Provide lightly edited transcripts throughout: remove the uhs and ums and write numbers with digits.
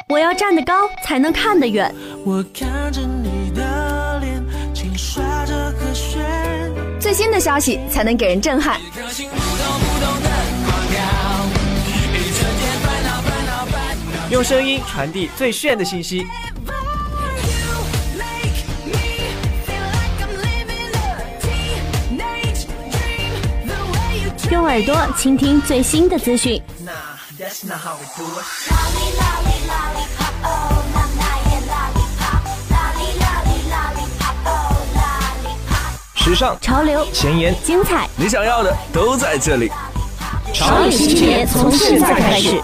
我要站得高才能看得远。 我看着你的脸，轻刷着和弦， 最新的消息才能给人震撼。 用声音传递最炫的信息。 用耳朵倾听最新的资讯。 时尚、 潮流、 前沿、 精彩， 你想要的都在这里。 潮里新节从现在开始。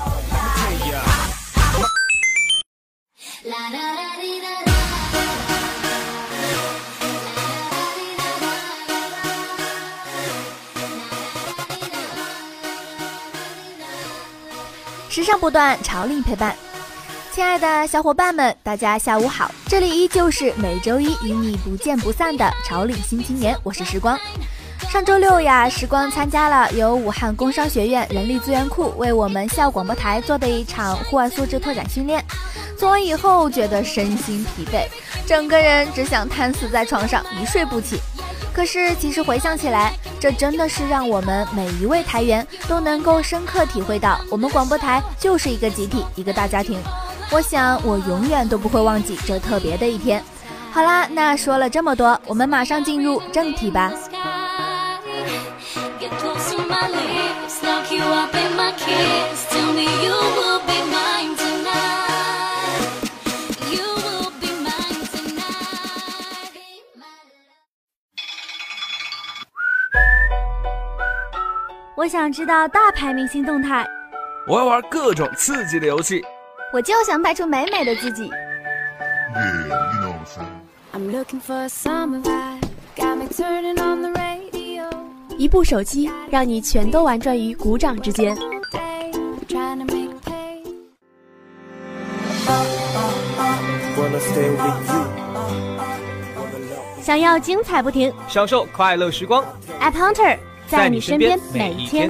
时尚不断，潮领陪伴。亲爱的小伙伴们，大家下午好，这里依旧是每周一与你不见不散的潮领新青年，我是时光。上周六呀，时光参加了由武汉工商学院人力资源库为我们校广播台做的一场户外素质拓展训练。做完以后觉得身心疲惫，整个人只想瘫死在床上一睡不起。可是其实回想起来，这真的是让我们每一位台员都能够深刻体会到，我们广播台就是一个集体，一个大家庭。我想我永远都不会忘记这特别的一天。好啦，那说了这么多，我们马上进入正题吧。我想知道大牌明星动态， 我要玩各种刺激的游戏， 我就想带出美美的自己。 一部手机让你全都玩转于鼓掌之间。 想要精彩不停， 享受快乐时光。 App Hunter 在你身边每一天。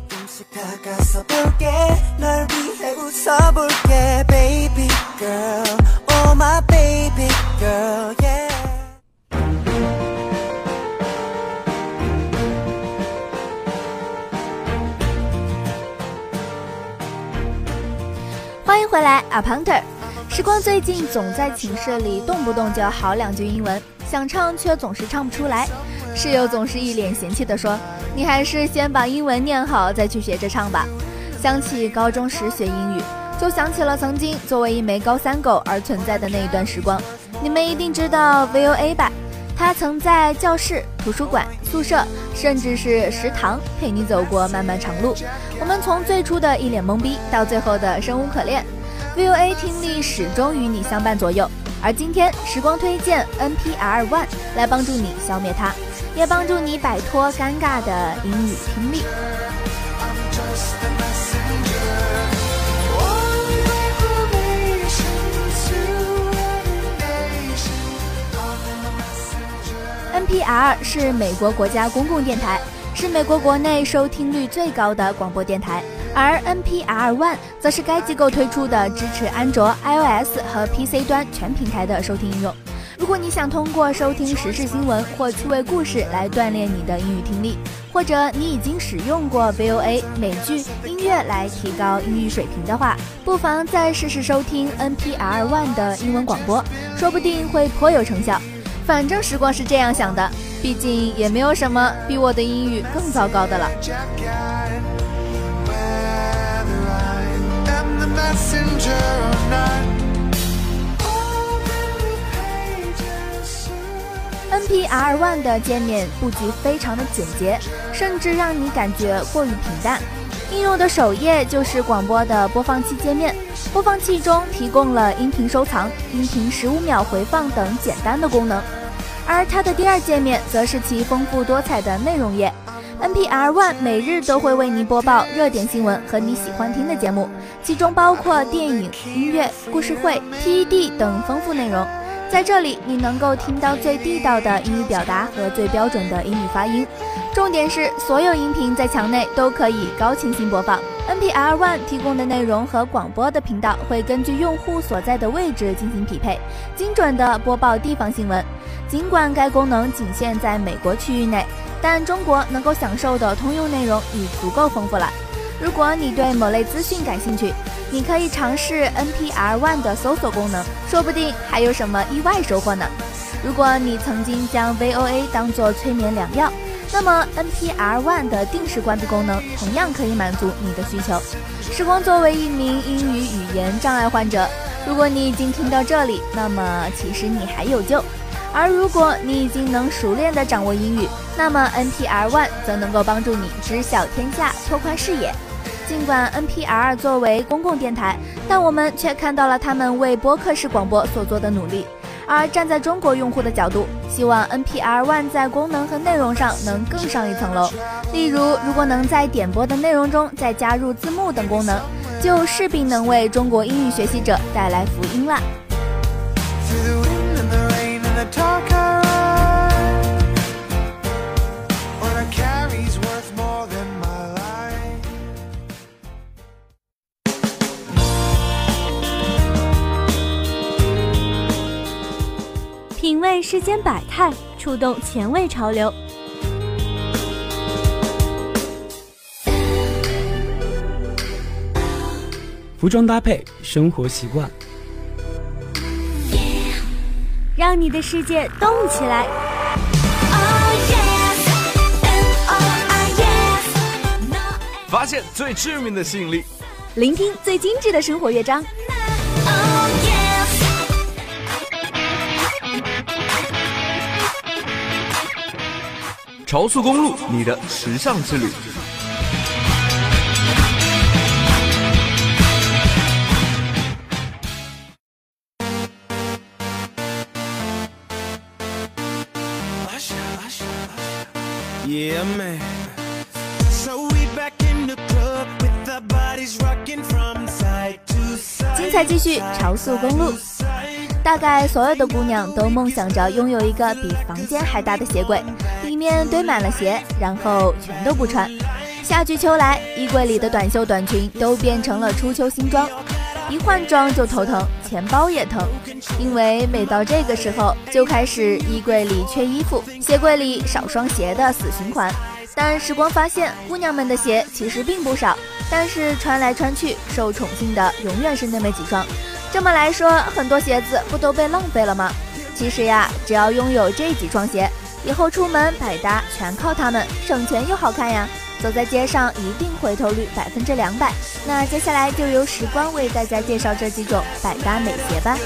欢迎回来 App Hunter。时光最近总在寝室里动不动就要嚎两句英文，想唱却总是唱不出来。室友总是一脸嫌弃地说，你还是先把英文念好再去学着唱吧。想起高中时学英语，就想起了曾经作为一枚高三狗而存在的那一段时光。你们一定知道 VOA 吧，他曾在教室、图书馆、宿舍甚至是食堂陪你走过漫漫长路。我们从最初的一脸懵逼到最后的生无可恋， VOA 听力始终与你相伴左右。而今天时光推荐 NPR One 来帮助你消灭它，也帮助你摆脱尴尬的英语听力。NPR 是美国国家公共电台，是美国国内收听率最高的广播电台，而 NPR One 则是该机构推出的支持安卓、iOS 和 PC 端全平台的收听应用。如果你想通过收听时事新闻或趣味故事来锻炼你的英语听力，或者你已经使用过 VOA 美剧、音乐来提高英语水平的话，不妨再试试收听 NPR One 的英文广播，说不定会颇有成效。反正时光是这样想的，毕竟也没有什么比我的英语更糟糕的了。NPR One 的界面布局非常的简洁，甚至让你感觉过于平淡。应用的首页就是广播的播放器界面，播放器中提供了音频收藏、音频15秒回放等简单的功能。而它的第二界面则是其丰富多彩的内容页。NPR One 每日都会为您播报热点新闻和你喜欢听的节目，其中包括电影、音乐、故事会、TED 等丰富内容。在这里，你能够听到最地道的英语表达和最标准的英语发音。重点是，所有音频在墙内都可以高清新播放。 NPR One 提供的内容和广播的频道会根据用户所在的位置进行匹配，精准地播报地方新闻。尽管该功能仅限在美国区域内，但中国能够享受的通用内容已足够丰富了。如果你对某类资讯感兴趣，你可以尝试 NPR One 的搜索功能，说不定还有什么意外收获呢。如果你曾经将 VOA 当作催眠良药，那么 NPR One 的定时关闭功能同样可以满足你的需求。时光作为一名英语语言障碍患者，如果你已经听到这里，那么其实你还有救。而如果你已经能熟练地掌握英语，那么 NPR One 则能够帮助你知晓天下，拓宽视野。尽管 NPR 作为公共电台，但我们却看到了他们为播客式广播所做的努力。而站在中国用户的角度，希望 NPR One 在功能和内容上能更上一层楼。例如，如果能在点播的内容中再加入字幕等功能，就势必能为中国英语学习者带来福音啦。 品味世间百态，触动前卫潮流。 服装搭配，生活习惯， 让你的世界动起来。 发现最致命的吸引力， 聆听最精致的生活乐章。 潮速公路，你的时尚之旅。 Yeah, man. So we back in the club with the bodies rocking from side to side. 精彩继续，潮速公路。大概所有的姑娘都梦想着拥有一个比房间还大的鞋柜，里面堆满了鞋，然后全都不穿。夏季秋来，衣柜里的短袖短裙都变成了初秋新装，一换装就头疼，钱包也疼，因为每到这个时候就开始衣柜里缺衣服，鞋柜里少双鞋的死循环。但时光发现，姑娘们的鞋其实并不少，但是穿来穿去，受宠幸的永远是那么几双。这么来说，很多鞋子不都被浪费了吗？其实呀，只要拥有这几双鞋，以后出门百搭全靠它们，省钱又好看呀。走在街上一定回头率200%。那接下来就由时光为大家介绍这几种百搭美鞋吧。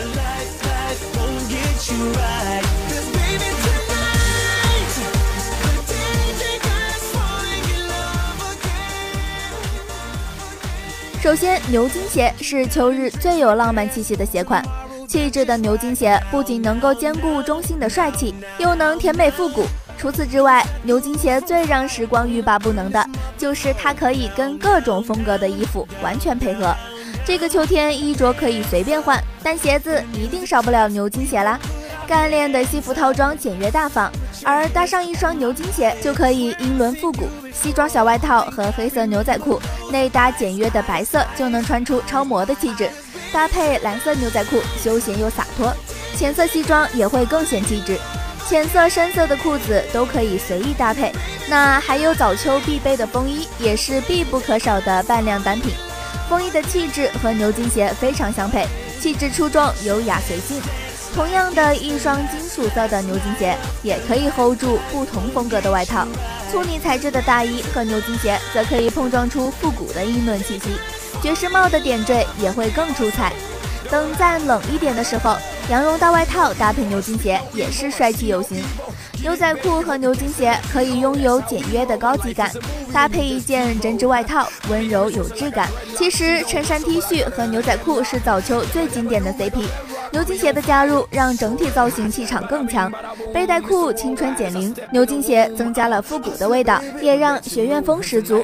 首先，牛津鞋是秋日最有浪漫气息的鞋款。气质的牛津鞋不仅能够兼顾中性的帅气，又能甜美复古。除此之外，牛津鞋最让时光欲罢不能的就是它可以跟各种风格的衣服完全配合。这个秋天衣着可以随便换，但鞋子一定少不了牛津鞋啦。干练的西服套装简约大方，而搭上一双牛津鞋就可以英伦复古。西装小外套和黑色牛仔裤，内搭简约的白色就能穿出超模的气质，搭配蓝色牛仔裤休闲又洒脱，浅色西装也会更显气质。浅色深色的裤子都可以随意搭配，那还有早秋必备的风衣也是必不可少的半量单品。风衣的气质和牛津鞋非常相配，气质出众，优雅随性。同样的一双金属色的牛津鞋也可以 hold 住不同风格的外套，粗呢材质的大衣和牛津鞋则可以碰撞出复古的英伦气息，爵士帽的点缀也会更出彩。等再冷一点的时候，羊绒大外套搭配牛津鞋也是帅气有型。牛仔裤和牛津鞋可以拥有简约的高级感，搭配一件针织外套，温柔有质感。其实衬衫 T 恤和牛仔裤是早秋最经典的 CP， 牛津鞋的加入让整体造型气场更强。背带裤青春减龄，牛津鞋增加了复古的味道，也让学院风十足。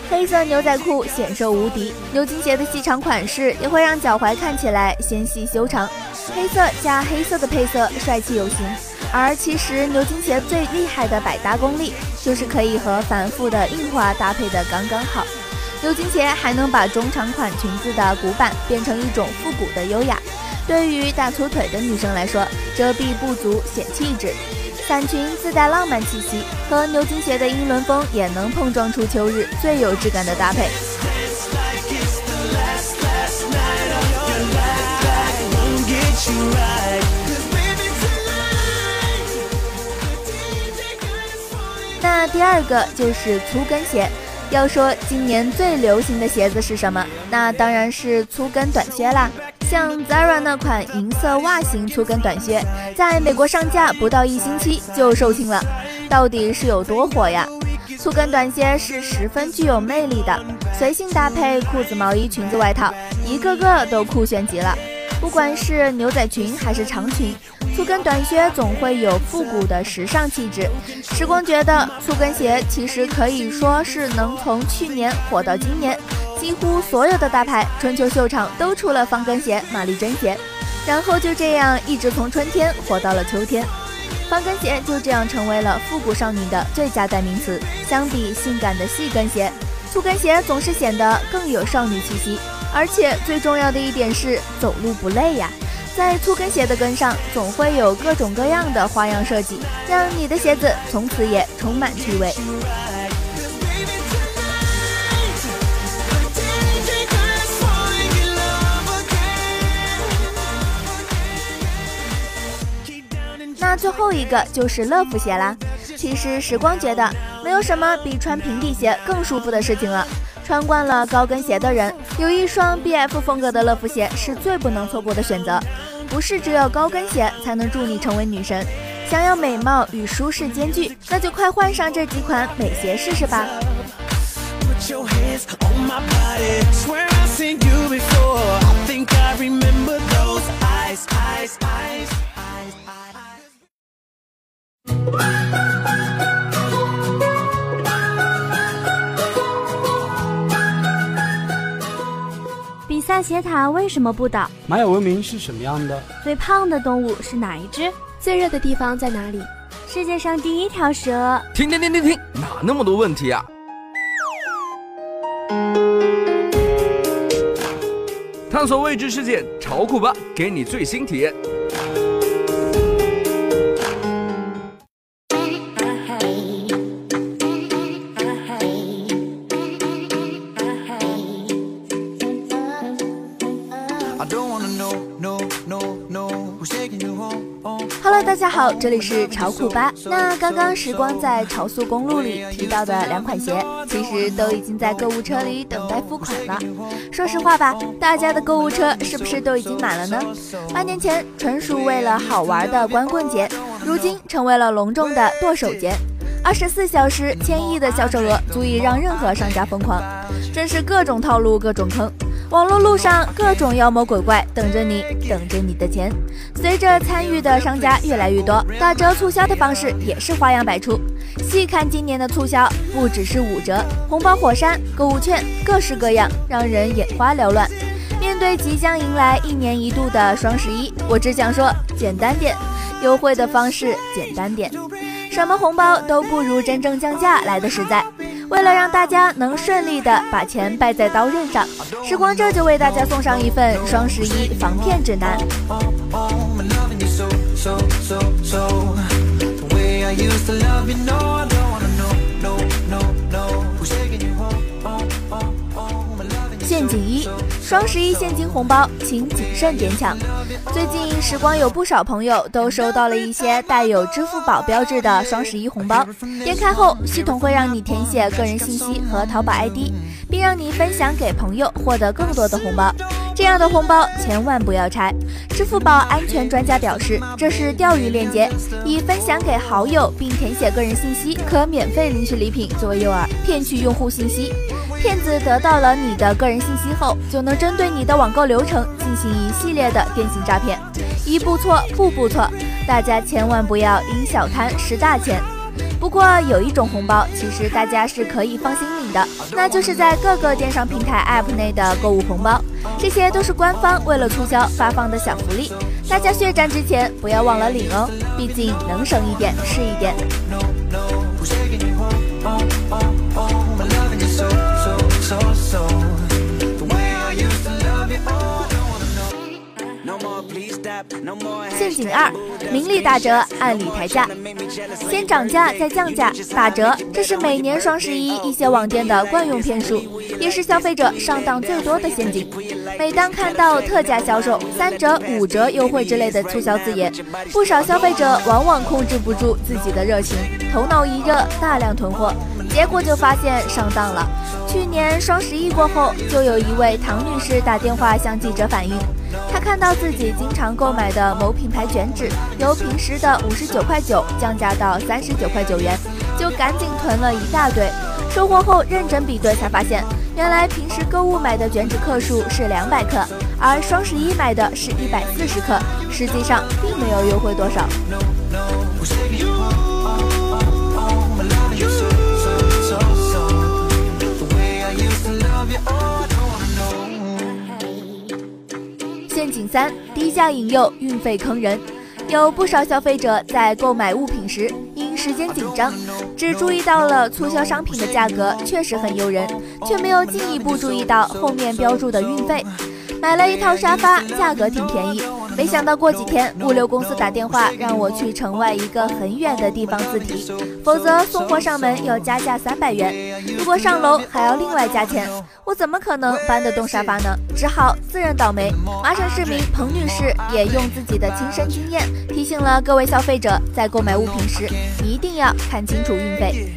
黑色牛仔裤显瘦无敌，牛津鞋的细长款式也会让脚踝看起来纤细修长。黑色加黑色的配色帅气有型，而其实牛津鞋最厉害的百搭功力就是可以和繁复的印花搭配的刚刚好。牛津鞋还能把中长款裙子的古板变成一种复古的优雅，对于大粗腿的女生来说，遮蔽不足显气质。伞裙自带浪漫气息，和牛津鞋的英伦风也能碰撞出秋日最有质感的搭配。那第二个就是粗跟鞋。要说今年最流行的鞋子是什么，那当然是粗跟短靴啦。像 Zara 那款银色袜型粗跟短靴，在美国上架不到1星期就售罄了，到底是有多火呀？粗跟短靴是十分具有魅力的，随性搭配裤子、毛衣、裙子、外套，一个个都酷炫极了。不管是牛仔裙还是长裙，粗跟短靴总会有复古的时尚气质。时光觉得粗跟鞋其实可以说是能从去年火到今年，几乎所有的大牌春秋秀场都出了方跟鞋、玛丽珍鞋，然后就这样一直从春天火到了秋天。方跟鞋就这样成为了复古少女的最佳代名词。相比性感的细跟鞋，粗跟鞋总是显得更有少女气息，而且最重要的一点是走路不累呀。在粗跟鞋的跟上总会有各种各样的花样设计，让你的鞋子从此也充满趣味。那最后一个就是乐福鞋啦。其实时光觉得没有什么比穿平底鞋更舒服的事情了。穿惯了高跟鞋的人，有一双 BF 风格的乐福鞋是最不能错过的选择。不是只有高跟鞋才能助你成为女神，想要美貌与舒适兼具，那就快换上这几款美鞋试试吧。 比赛斜塔为什么不倒？ 玛雅文明是什么样的？ 最胖的动物是哪一只？ 最热的地方在哪里？ 世界上第一条蛇。 停，哪那么多问题啊？探索未知世界，潮酷吧，给你最新体验。 Hello， 大家好，这里是潮酷吧。那刚刚时光在潮速公路里提到的2款鞋，其实都已经在购物车里等待付款了。说实话吧，大家的购物车是不是都已经满了呢？8年前纯属为了好玩的光棍节，如今成为了隆重的剁手节。24小时1000亿的销售额，足以让任何商家疯狂，真是各种套路各种坑。网络路上各种妖魔鬼怪等着你，等着你的钱。随着参与的商家越来越多，打折促销的方式也是花样百出。细看今年的促销，不只是5折、红包火山、购物券，各式各样，让人眼花缭乱。面对即将迎来1年1度的双11，我只想说简单点，优惠的方式简单点，什么红包都不如真正降价来的实在。为了让大家能顺利的把钱败在刀刃上，时光这就为大家送上一份双11防骗指南。陷阱1：双11现金红包，请谨慎点抢。最近时光有不少朋友都收到了一些带有支付宝标志的双11红包，点开后系统会让你填写个人信息和淘宝 ID， 并让你分享给朋友，获得更多的红包。这样的红包千万不要拆。支付宝安全专家表示，这是钓鱼链接，以分享给好友并填写个人信息可免费领取礼品作为诱饵，骗取用户信息。骗子得到了你的个人信息后，就能针对你的网购流程进行一系列的电信诈骗，一步错步步错，大家千万不要因小贪失大钱。 不过有一种红包，其实大家是可以放心领的，那就是在各个电商平台 App 内的购物红包，这些都是官方为了促销发放的小福利，大家血战之前不要忘了领哦，毕竟能省一点是一点。陷阱2，名利打折，按理抬价。先涨价再降价，打折，这是每年双11一些网店的惯用骗术，也是消费者上当最多的陷阱。每当看到特价销售、3折、5折优惠之类的促销字眼，不少消费者往往控制不住自己的热情，头脑一热大量囤货，结果就发现上当了。去年双11过后，就有一位唐女士打电话向记者反映，她看到自己经常购买的某品牌卷纸由平时的59.9块降价到39.9块元，就赶紧囤了一大堆。收货后认真比对才发现，原来平时购物买的卷纸克数是200克，而双11买的是140克，实际上并没有优惠多少。陷阱3，低价引诱，运费坑人。有不少消费者在购买物品时，因时间紧张，只注意到了促销商品的价格确实很诱人，却没有进一步注意到后面标注的运费。买了一套沙发，价格挺便宜，没想到过几天物流公司打电话让我去城外一个很远的地方自提，否则送货上门要加价300元，如果上楼还要另外加钱，我怎么可能搬得动沙发呢？只好自认倒霉。麻省市民彭女士也用自己的亲身经验提醒了各位消费者，在购买物品时一定要看清楚运费。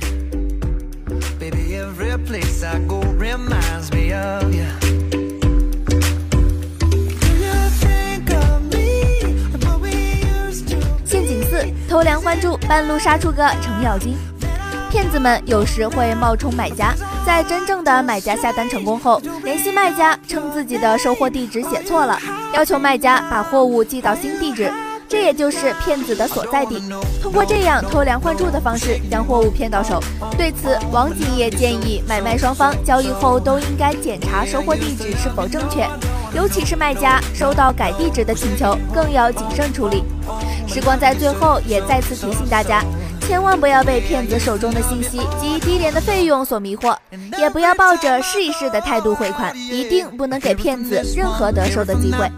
陷阱4，偷梁换柱，半路杀出个程咬金。骗子们有时会冒充买家，在真正的买家下单成功后，联系卖家称自己的收货地址写错了，要求卖家把货物寄到新地址，这也就是骗子的所在地。通过这样偷梁换柱的方式将货物骗到手。对此，网警也建议买卖双方交易后都应该检查收货地址是否正确，尤其是卖家收到改地址的请求，更要谨慎处理。时光在最后也再次提醒大家，千万不要被骗子手中的信息及低廉的费用所迷惑，也不要抱着试一试的态度汇款，一定不能给骗子任何得手的机会。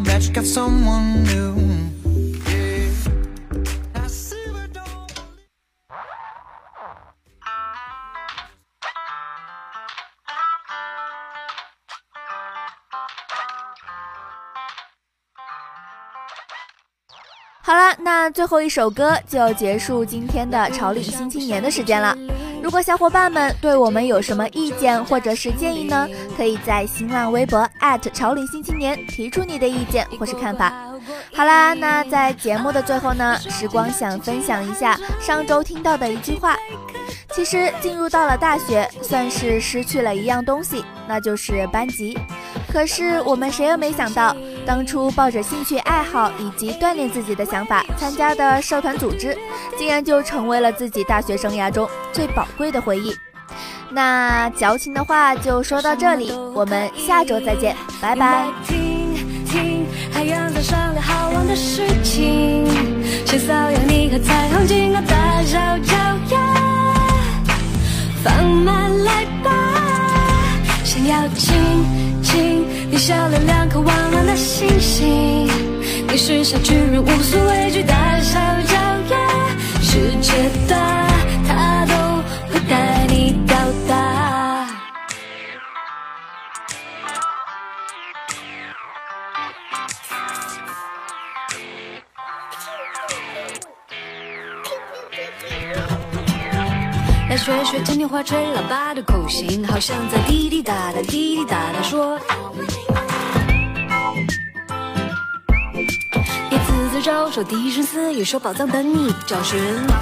好了，那最后一首歌就要结束今天的潮领新青年的时间了。如果小伙伴们对我们有什么意见或者是建议呢，可以在新浪微博潮领新青年提出你的意见或是看法。好啦，那在节目的最后呢，时光想分享一下上周听到的一句话。其实进入到了大学，算是失去了一样东西，那就是班级。可是我们谁也没想到，当初抱着兴趣爱好以及锻炼自己的想法参加的社团组织，竟然就成为了自己大学生涯中最宝贵的回忆。那矫情的话就说到这里，我们下周再见，拜拜。 海洋在商量好玩的事情，先扫描你和彩虹金额大小脚丫，放慢来吧，想要亲亲你笑脸两颗弯弯的星星，你是小巨人无所畏惧大小脚丫，世界大他都会带你到达。来学学天天花吹喇叭的口型，好像在滴滴答答滴滴答答说。别自自招手，低声私语说宝藏等你找寻。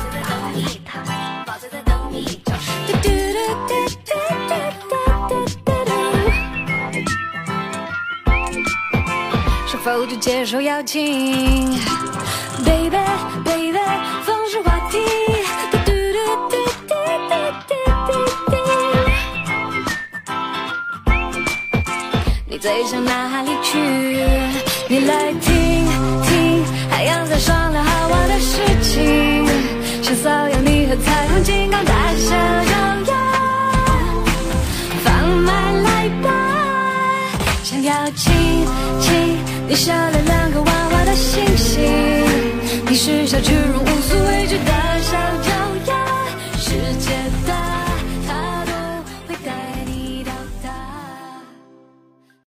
是否就接受邀请 ？Baby baby， 风是话题。 飞向哪里去？你来听听海洋在商量好玩的事情，想扫描你和彩虹金刚大小摇摇，放马来吧，想要亲亲你笑了2个娃娃的星星，你是小巨人物